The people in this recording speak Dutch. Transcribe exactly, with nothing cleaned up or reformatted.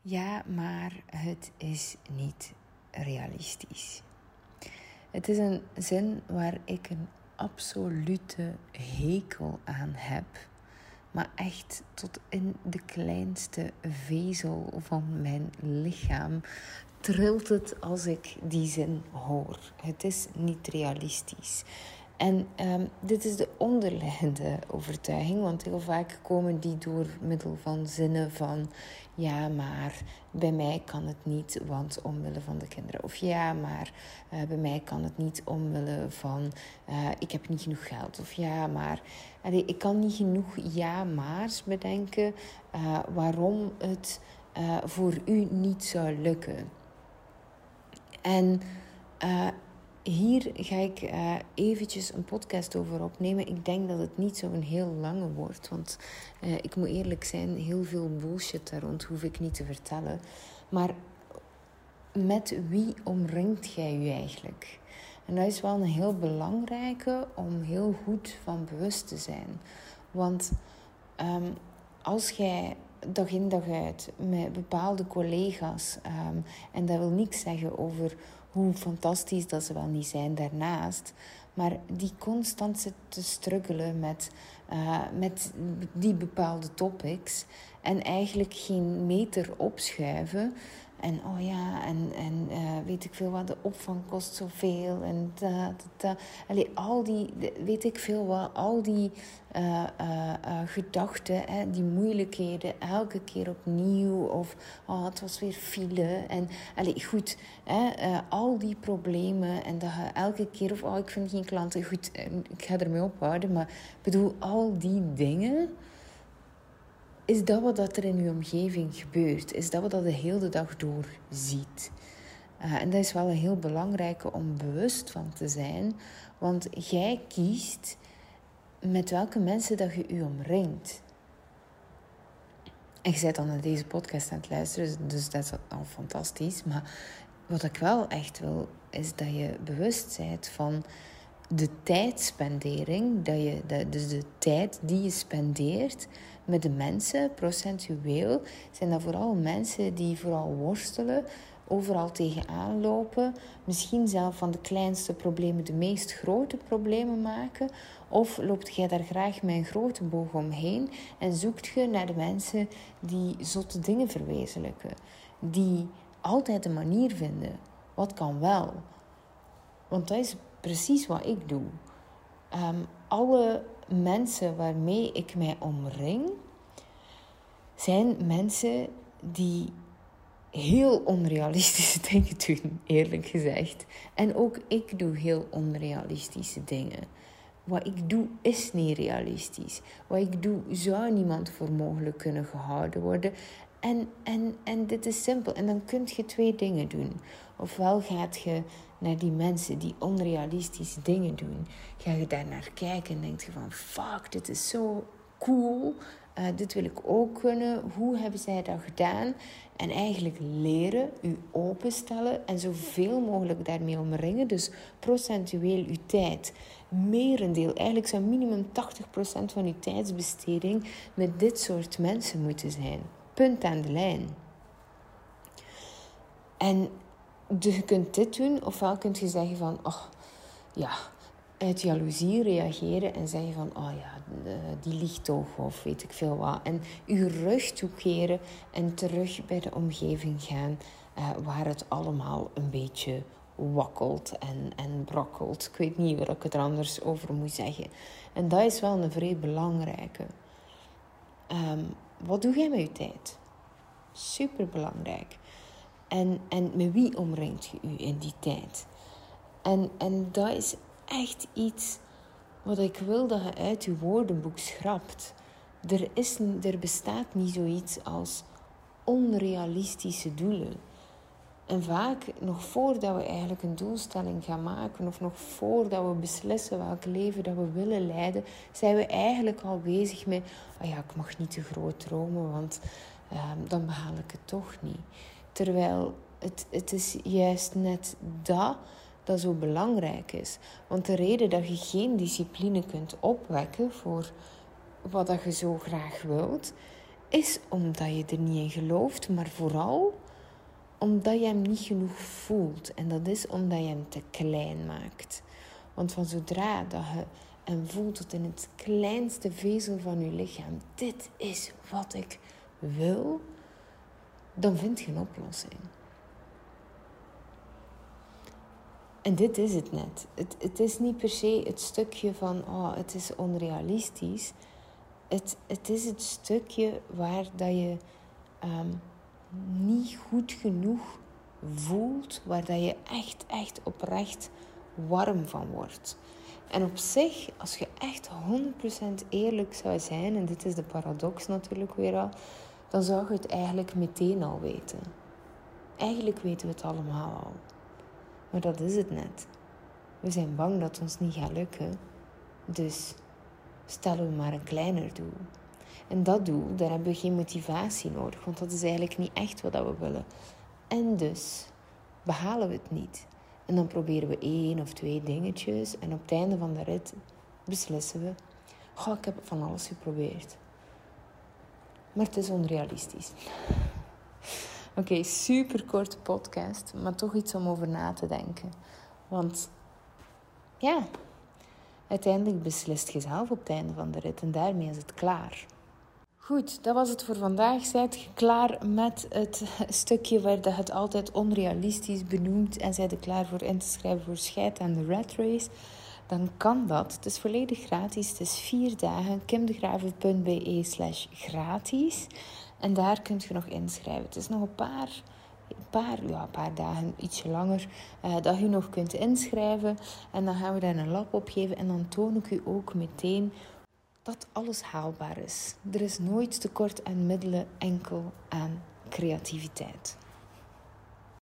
Ja, maar het is niet realistisch. Het is een zin waar ik een absolute hekel aan heb. Maar echt tot in de kleinste vezel van mijn lichaam trilt het als ik die zin hoor. Het is niet realistisch. En um, dit is de onderliggende overtuiging, want heel vaak komen die door middel van zinnen van ja, maar bij mij kan het niet, want omwille van de kinderen. Of ja, maar uh, bij mij kan het niet omwille van uh, ik heb niet genoeg geld. Of ja, maar allee, ik kan niet genoeg ja-maars bedenken uh, waarom het uh, voor u niet zou lukken. En uh, hier ga ik uh, eventjes een podcast over opnemen. Ik denk dat het niet zo'n heel lange wordt. Want uh, ik moet eerlijk zijn, heel veel bullshit daar rond hoef ik niet te vertellen. Maar met wie omringt jij je eigenlijk? En dat is wel een heel belangrijke om heel goed van bewust te zijn. Want um, als jij dag in dag uit met bepaalde collega's, um, en dat wil niks zeggen over hoe fantastisch dat ze wel niet zijn daarnaast, maar die constant zitten te struggelen met, uh, met die bepaalde topics en eigenlijk geen meter opschuiven. En oh ja, en, en uh, weet ik veel wat, de opvang kost zoveel. En da, da, da. Allee, al die, weet ik veel wat, al die uh, uh, uh, gedachten, hè, die moeilijkheden, elke keer opnieuw. Of oh, het was weer file. En allee, goed, hè, uh, al die problemen. En dat je elke keer, of oh, ik vind geen klanten. Goed, ik ga ermee ophouden. Maar ik bedoel, al die dingen. Is dat wat er in je omgeving gebeurt? Is dat wat je de hele dag door ziet? Uh, en dat is wel een heel belangrijke om bewust van te zijn. Want jij kiest met welke mensen dat je je omringt. En je bent dan naar deze podcast aan het luisteren, dus dat is al fantastisch. Maar wat ik wel echt wil, is dat je bewust bent van de tijdspendering, dat je, dat, dus de tijd die je spendeert met de mensen, procentueel, zijn dat vooral mensen die vooral worstelen, overal tegenaan lopen, misschien zelf van de kleinste problemen de meest grote problemen maken, of loopt jij daar graag met een grote boog omheen en zoekt je naar de mensen die zotte dingen verwezenlijken, die altijd een manier vinden. Wat kan wel? Want dat is precies wat ik doe. Um, alle mensen waarmee ik mij omring, zijn mensen die heel onrealistische dingen doen, eerlijk gezegd. En ook ik doe heel onrealistische dingen. Wat ik doe is niet realistisch. Wat ik doe zou niemand voor mogelijk kunnen gehouden worden. En, en, en dit is simpel. En dan kun je twee dingen doen. Ofwel gaat je naar die mensen die onrealistische dingen doen. Ga je daar naar kijken en denk je van fuck, dit is zo cool. Uh, dit wil ik ook kunnen. Hoe hebben zij dat gedaan? En eigenlijk leren, u openstellen en zoveel mogelijk daarmee omringen. Dus procentueel uw tijd. Merendeel, eigenlijk zou minimum tachtig procent van uw tijdsbesteding met dit soort mensen moeten zijn. Punt aan de lijn. En dus je kunt dit doen, ofwel kun je zeggen van, oh ja, uit jaloezie reageren en zeggen van, oh ja, die liegt toch, of weet ik veel wat. En je rug toekeren en terug bij de omgeving gaan, uh, waar het allemaal een beetje wakkelt en, en brokkelt. Ik weet niet waar ik het er anders over moet zeggen. En dat is wel een vrij belangrijke. Um, wat doe jij met je tijd? Superbelangrijk. En, en met wie omringt je u in die tijd? En, en dat is echt iets wat ik wil dat je uit je woordenboek schrapt. Er, is, er bestaat niet zoiets als onrealistische doelen. En vaak, nog voordat we eigenlijk een doelstelling gaan maken, of nog voordat we beslissen welk leven dat we willen leiden, zijn we eigenlijk al bezig met, oh ja, ik mag niet te groot dromen, want uh, dan behaal ik het toch niet. Terwijl het, het is juist net dat dat zo belangrijk is. Want de reden dat je geen discipline kunt opwekken voor wat dat je zo graag wilt, is omdat je er niet in gelooft, maar vooral omdat je hem niet genoeg voelt. En dat is omdat je hem te klein maakt. Want van zodra dat je hem voelt tot in het kleinste vezel van je lichaam, dit is wat ik wil, dan vind je een oplossing. En dit is het net. Het, het is niet per se het stukje van, oh, het is onrealistisch. Het, het is het stukje waar dat je um, niet goed genoeg voelt, waar dat je echt, echt oprecht warm van wordt. En op zich, als je echt honderd procent eerlijk zou zijn, en dit is de paradox natuurlijk weer al, dan zou je het eigenlijk meteen al weten. Eigenlijk weten we het allemaal al. Maar dat is het net. We zijn bang dat het ons niet gaat lukken. Dus stellen we maar een kleiner doel. En dat doel, daar hebben we geen motivatie nodig. Want dat is eigenlijk niet echt wat we willen. En dus behalen we het niet. En dan proberen we één of twee dingetjes. En op het einde van de rit beslissen we, goh, ik heb van alles geprobeerd. Maar het is onrealistisch. Oké, okay, super korte podcast, maar toch iets om over na te denken. Want ja, uiteindelijk beslist je zelf op het einde van de rit en daarmee is het klaar. Goed, dat was het voor vandaag. Zijt je klaar met het stukje waar je het altijd onrealistisch benoemt en zijt je klaar voor in te schrijven voor Scheid aan de Rat Race? Dan kan dat. Het is volledig gratis. Het is vier dagen. kimdegraven.be slash gratis. En daar kun je nog inschrijven. Het is nog een paar, een paar, ja, een paar dagen, ietsje langer, uh, dat je nog kunt inschrijven. En dan gaan we daar een lab op geven. En dan toon ik u ook meteen dat alles haalbaar is. Er is nooit tekort aan middelen, enkel aan creativiteit.